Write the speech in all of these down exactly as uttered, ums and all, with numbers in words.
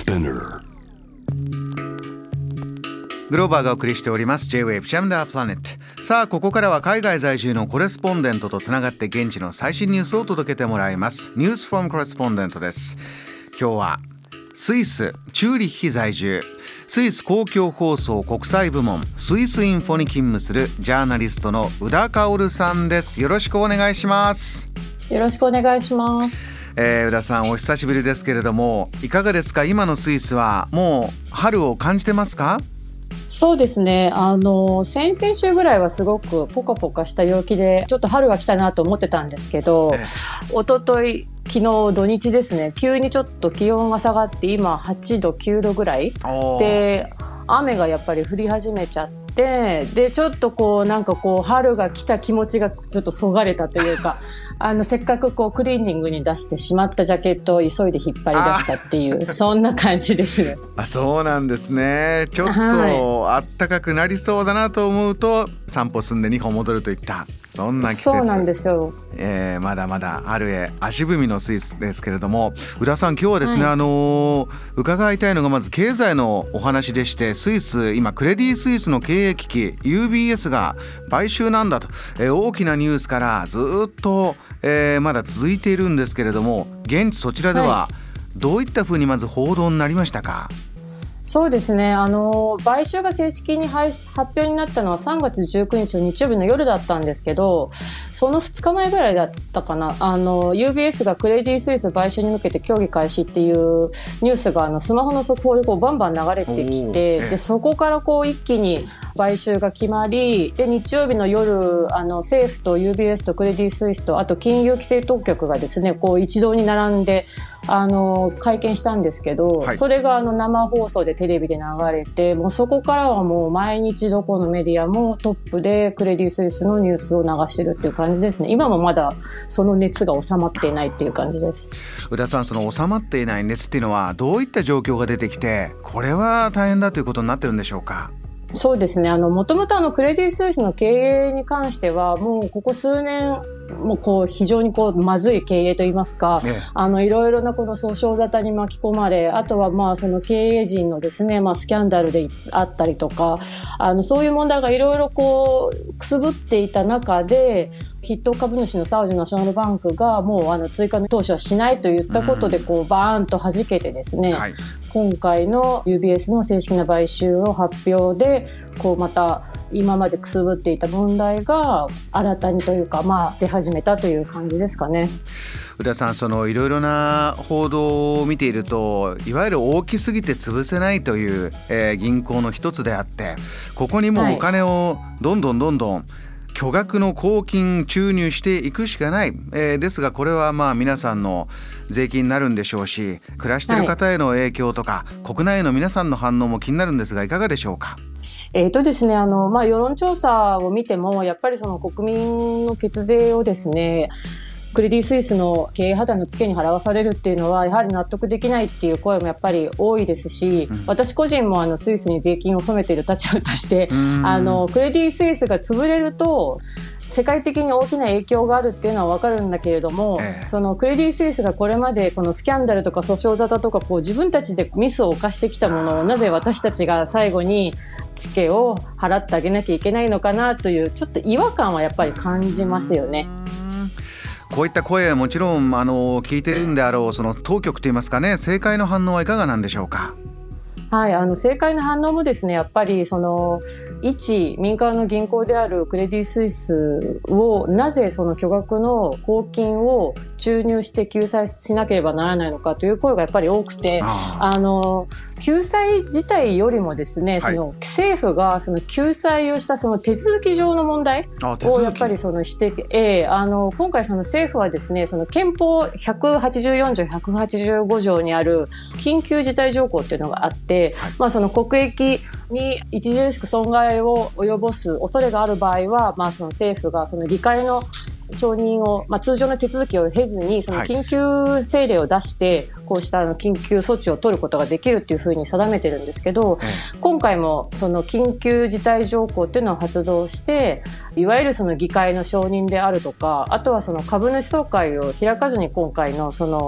Spinner。 グローバーがお送りしております J-Wave Jam the Planet。 さあここからは海外在住のコレスポンデントとつながって現地の最新ニュースを届けてもらいます。 News from Correspondent です。今日はスイスチューリッヒ在住、スイス公共放送国際部門スイスインフォに勤務するジャーナリストの宇田薫さんです。よろしくお願いします。 よろしくお願いします。 えー、宇田さんお久しぶりですけれども、いかがですか？今のスイスはもう春を感じてますか？ そうですね、あの先々週ぐらいはすごくポカポカした陽気でちょっと春が来たなと思ってたんですけど、ええ、一昨日昨日土日ですね、急にちょっと気温が下がって今はちどきゅうどぐらいで、雨がやっぱり降り始めちゃって、でちょっとこうなんかこう春が来た気持ちがちょっとそがれたというかあのせっかくこうクリーニングに出してしまったジャケットを急いで引っ張り出したっていうそんな感じですね。 あ、そうなんですね。ちょっとあったかくなりそうだなと思うと散歩済んでにほん戻るといったそんな季節。 そうなんですよ。 えー、まだまだ春へ足踏みのスイスですけれども、宇田さん今日はですね、はい、あのー、伺いたいのがまず経済のお話でして、スイス今クレディ・スイスの経営危機 ユービーエス が買収なんだと、えー、大きなニュースからずっと、えー、まだ続いているんですけれども、現地そちらではどういったふうにまず報道になりましたか？ そうですね、あの買収が正式に発表になったのはさんがつじゅうくにちの日曜日の夜だったんですけど、そのふつかまえぐらいだったかな、あの ユービーエス がクレディ・スイス買収に向けて協議開始っていうニュースがあのスマホの速報でこうバンバン流れてきて、でそこからこう一気に買収が決まり、で日曜日の夜あの政府と ユービーエス とクレディ・スイスとあと金融規制当局がですねこう一堂に並んであの会見したんですけど、はい、それがあの生放送でテレビで流れて、もうそこからはもう毎日どこのメディアもトップでクレディ・スイスのニュースを流してるっていう感じですね。今もまだその熱が収まっていないっていう感じです。 宇田さん、その収まっていない熱っていうのはどういった状況が出てきて、これは大変だということになってるんでしょうか？ そうですね、あのもともとあのクレディ・スイスの経営に関してはもうここ数年もうこう非常にこうまずい経営といいますか、ね、あのいろいろなこの訴訟沙汰に巻き込まれ、あとはまあその経営陣のですね、まあスキャンダルであったりとか、あのそういう問題がいろいろこうくすぶっていた中で、筆頭株主のサウジナショナルバンクがもうあの追加の投資はしないといったことでこうバーンと弾けてですね、はい、今回の ユービーエス の正式な買収を発表でこうまた今までくすぶっていた問題が新たにというか、まあ、出始めたという感じですかね。 宇田さん、そのいろいろな報道を見ていると、いわゆる大きすぎて潰せないという、えー、銀行の一つであって、ここにもお金をどんどんどんどん巨額の公金注入していくしかない、えー、ですがこれはまあ皆さんの税金になるんでしょうし、暮らしている方への影響とか、はい、国内への皆さんの反応も気になるんですが、いかがでしょうか？ えーとですね、あの、まあ、世論調査を見ても、やっぱりその国民の血税をですね、クレディ・スイスの経営破綻のツケに払わされるっていうのはやはり納得できないっていう声もやっぱり多いですし、うん、私個人もあのスイスに税金を納めている立場として、あのクレディ・スイスが潰れると世界的に大きな影響があるっていうのは分かるんだけれども、ええ、そのクレディ・スイスがこれまでこのスキャンダルとか訴訟沙汰とかこう自分たちでミスを犯してきたものをなぜ私たちが最後にツケを払ってあげなきゃいけないのかなというちょっと違和感はやっぱり感じますよね。 こういった声はもちろんあの聞いてるんであろうその当局といいますかね、政界の反応はいかがなんでしょうか？ はい、あの政界の反応もですね、やっぱりその一民間の銀行であるクレディ・スイスをなぜその巨額の公金を注入して救済しなければならないのかという声がやっぱり多くて、ああの救済自体よりもですね、はい、その政府がその救済をしたその手続き上の問題をやっぱりその指摘、えー、あの今回その政府はですね、その憲法ひゃくはちじゅうよんじょうひゃくはちじゅうごじょうにある緊急事態条項っていうのがあって、はい、まあ、その国益に著しく損害を及ぼす恐れがある場合は、まあ、その政府がその議会の承認を、まあ、通常の手続きを経ずにその緊急政令を出して、はい、こうした緊急措置を取ることができるっていうふうに定めてるんですけど、うん、今回もその緊急事態条項っていうのを発動して、いわゆるその議会の承認であるとか、あとはその株主総会を開かずに今回のその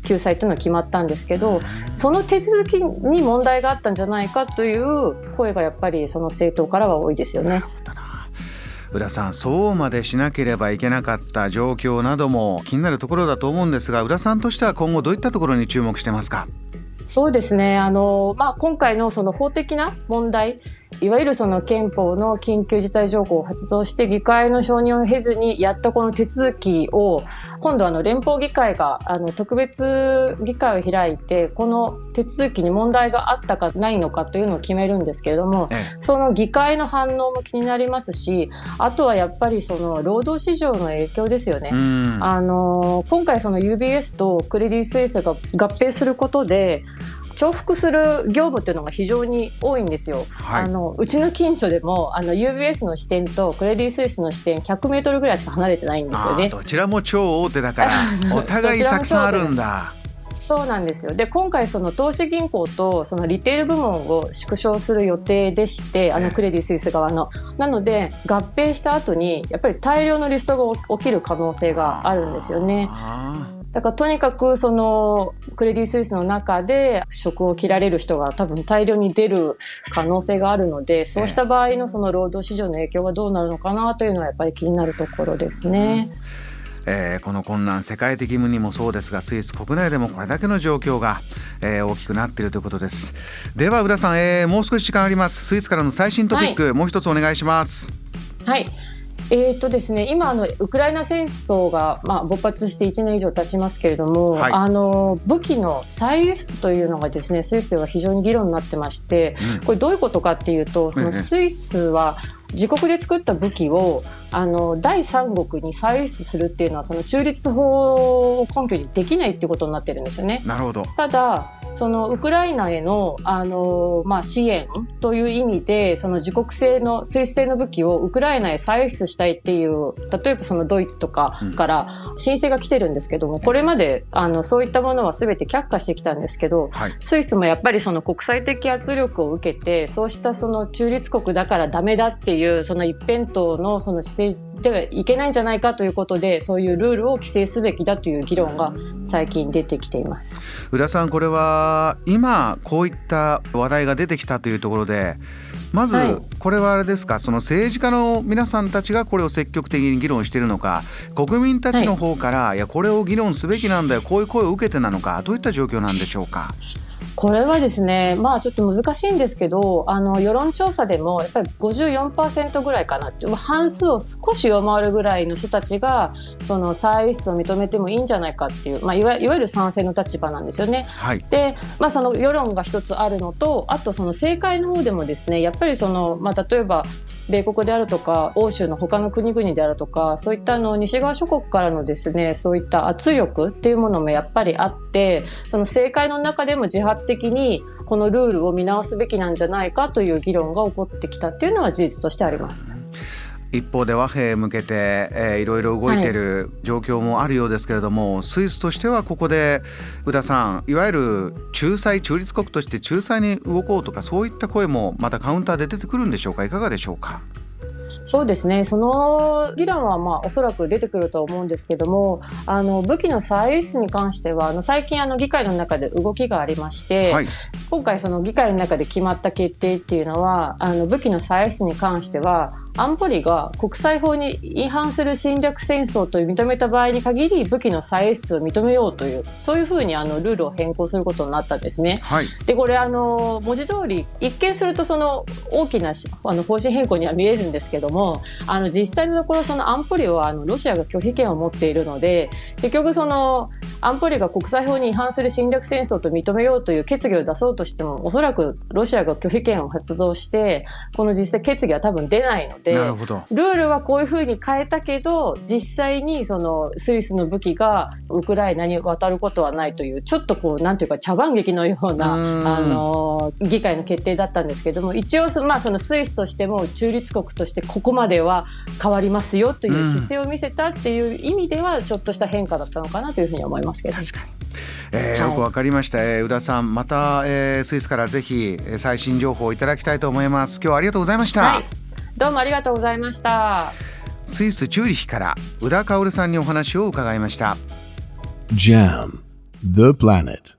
救済というのが決まったんですけど、その手続きに問題があったんじゃないかという声がやっぱりその政党からは多いですよね。 なるほどな。宇田さん、そうまでしなければいけなかった状況なども気になるところだと思うんですが、宇田さんとしては今後どういったところに注目してますか？ そうですね。あの、まあ、今回のその法的な問題、いわゆるその憲法の緊急事態条項を発動して議会の承認を経ずにやったこの手続きを、今度あの連邦議会があの特別議会を開いて、この手続きに問題があったかないのかというのを決めるんですけれども、その議会の反応も気になりますし、あとはやっぱりその労働市場の影響ですよね。あの、今回その ユービーエス とクレディ・スイスが合併することで、重複する業務っていうのが非常に多いんですよ。はい、あのうちの近所でもあの ユービーエス の支店とクレディ・スイスの支店ひゃくメートルぐらいしか離れてないんですよね。 どちらも超大手だからお互いたくさんあるんだ。 そうなんですよ。で、今回その投資銀行とそのリテール部門を縮小する予定でして、あのクレディ・スイス側の。なので合併した後にやっぱり大量のリストが起きる可能性があるんですよね。だからとにかくそのクレディ・スイスの中で職を切られる人が多分大量に出る可能性があるので、そうした場合のその労働市場の影響がどうなるのかなというのはやっぱり気になるところですね。 えー、この混乱、世界的にもそうですが、スイス国内でもこれだけの状況が、えー、大きくなっているということです。では宇田さん、えー、もう少し時間あります。スイスからの最新トピック、はい、もう一つお願いします。 はい。えーとですね、今あのウクライナ戦争が、まあ、勃発していちねん以上経ちますけれども、はい、あの武器の再輸出というのがですね、スイスでは非常に議論になってまして、うん、これどういうことかっていうと、そのスイスは自国で作った武器をあの第三国に再輸出するっていうのはその中立法を根拠にできないっていうことになってるんですよね。 なるほど。 ただそのウクライナへの、あのまあ、支援という意味でその自国製のスイス製の武器をウクライナへ再輸出したいっていう、例えばそのドイツとかから申請が来てるんですけども、うん、これまであのそういったものは全て却下してきたんですけど、はい、スイスもやっぱりその国際的圧力を受けて、そうしたその中立国だからダメだっていうその一辺倒のその姿勢ではいけないんじゃないかということで、そういうルールを規制すべきだという議論が最近出てきています。 宇田さん、これは今こういった話題が出てきたというところで、まずこれはあれですか、はい、その政治家の皆さんたちがこれを積極的に議論しているのか、国民たちの方から、はい、いやこれを議論すべきなんだよ、こういう声を受けてなのか、どういった状況なんでしょうか。 これはですね、まあちょっと難しいんですけど、あの世論調査でもやっぱり ごじゅうよんパーセント ぐらいかなって、半数を少し上回るぐらいの人たちがその再輸出を認めてもいいんじゃないかっていう、まあ、いわ、いわゆる賛成の立場なんですよね。はい、で、まあその世論が一つあるのと、あとその政界の方でもですね、やっぱりその、まあ、例えば米国であるとか欧州の他の国々であるとか、そういったあの西側諸国からのですね、そういった圧力っていうものもやっぱりあって、その政界の中でも自発的にこのルールを見直すべきなんじゃないかという議論が起こってきたっていうのは事実としてあります。 一方で和平へ向けて、えー、いろいろ動いている状況もあるようですけれども、はい、スイスとしてはここで宇田さん、いわゆる仲裁中立国として仲裁に動こうとか、そういった声もまたカウンターで出てくるんでしょうか。いかがでしょうか。 そうですね、その議論はまあおそらく出てくると思うんですけども、あの武器の再輸出に関してはあの最近あの議会の中で動きがありまして、はい、今回その議会の中で決まった決定っていうのは、あの武器の再輸出に関しては安保理が国際法に違反する侵略戦争と認めた場合に限り武器の再輸出を認めようという、そういうふうにあのルールを変更することになったんですね。はい、でこれあの文字通り一見するとその大きなあの方針変更には見えるんですけども、あの実際のところその安保理はあのロシアが拒否権を持っているので、結局その安保理が国際法に違反する侵略戦争と認めようという決議を出そうとしても、おそらくロシアが拒否権を発動してこの実際決議は多分出ないので、なるほど、ルールはこういうふうに変えたけど実際にそのスイスの武器がウクライナに渡ることはないという、ちょっとこうなんていうか茶番劇のようなあの議会の決定だったんですけども、一応そ、まあ、そのスイスとしても中立国としてここまでは変わりますよという姿勢を見せたっていう意味ではちょっとした変化だったのかなというふうに思いますけど。 確かに、えーはい、よくわかりました、えー、宇田さん、また、えー、スイスからぜひ最新情報をいただきたいと思います。今日はありがとうございました。 はい、どうもありがとうございました。 スイスチューリヒから宇田薫さんにお話を伺いました。 ジャム The Planet.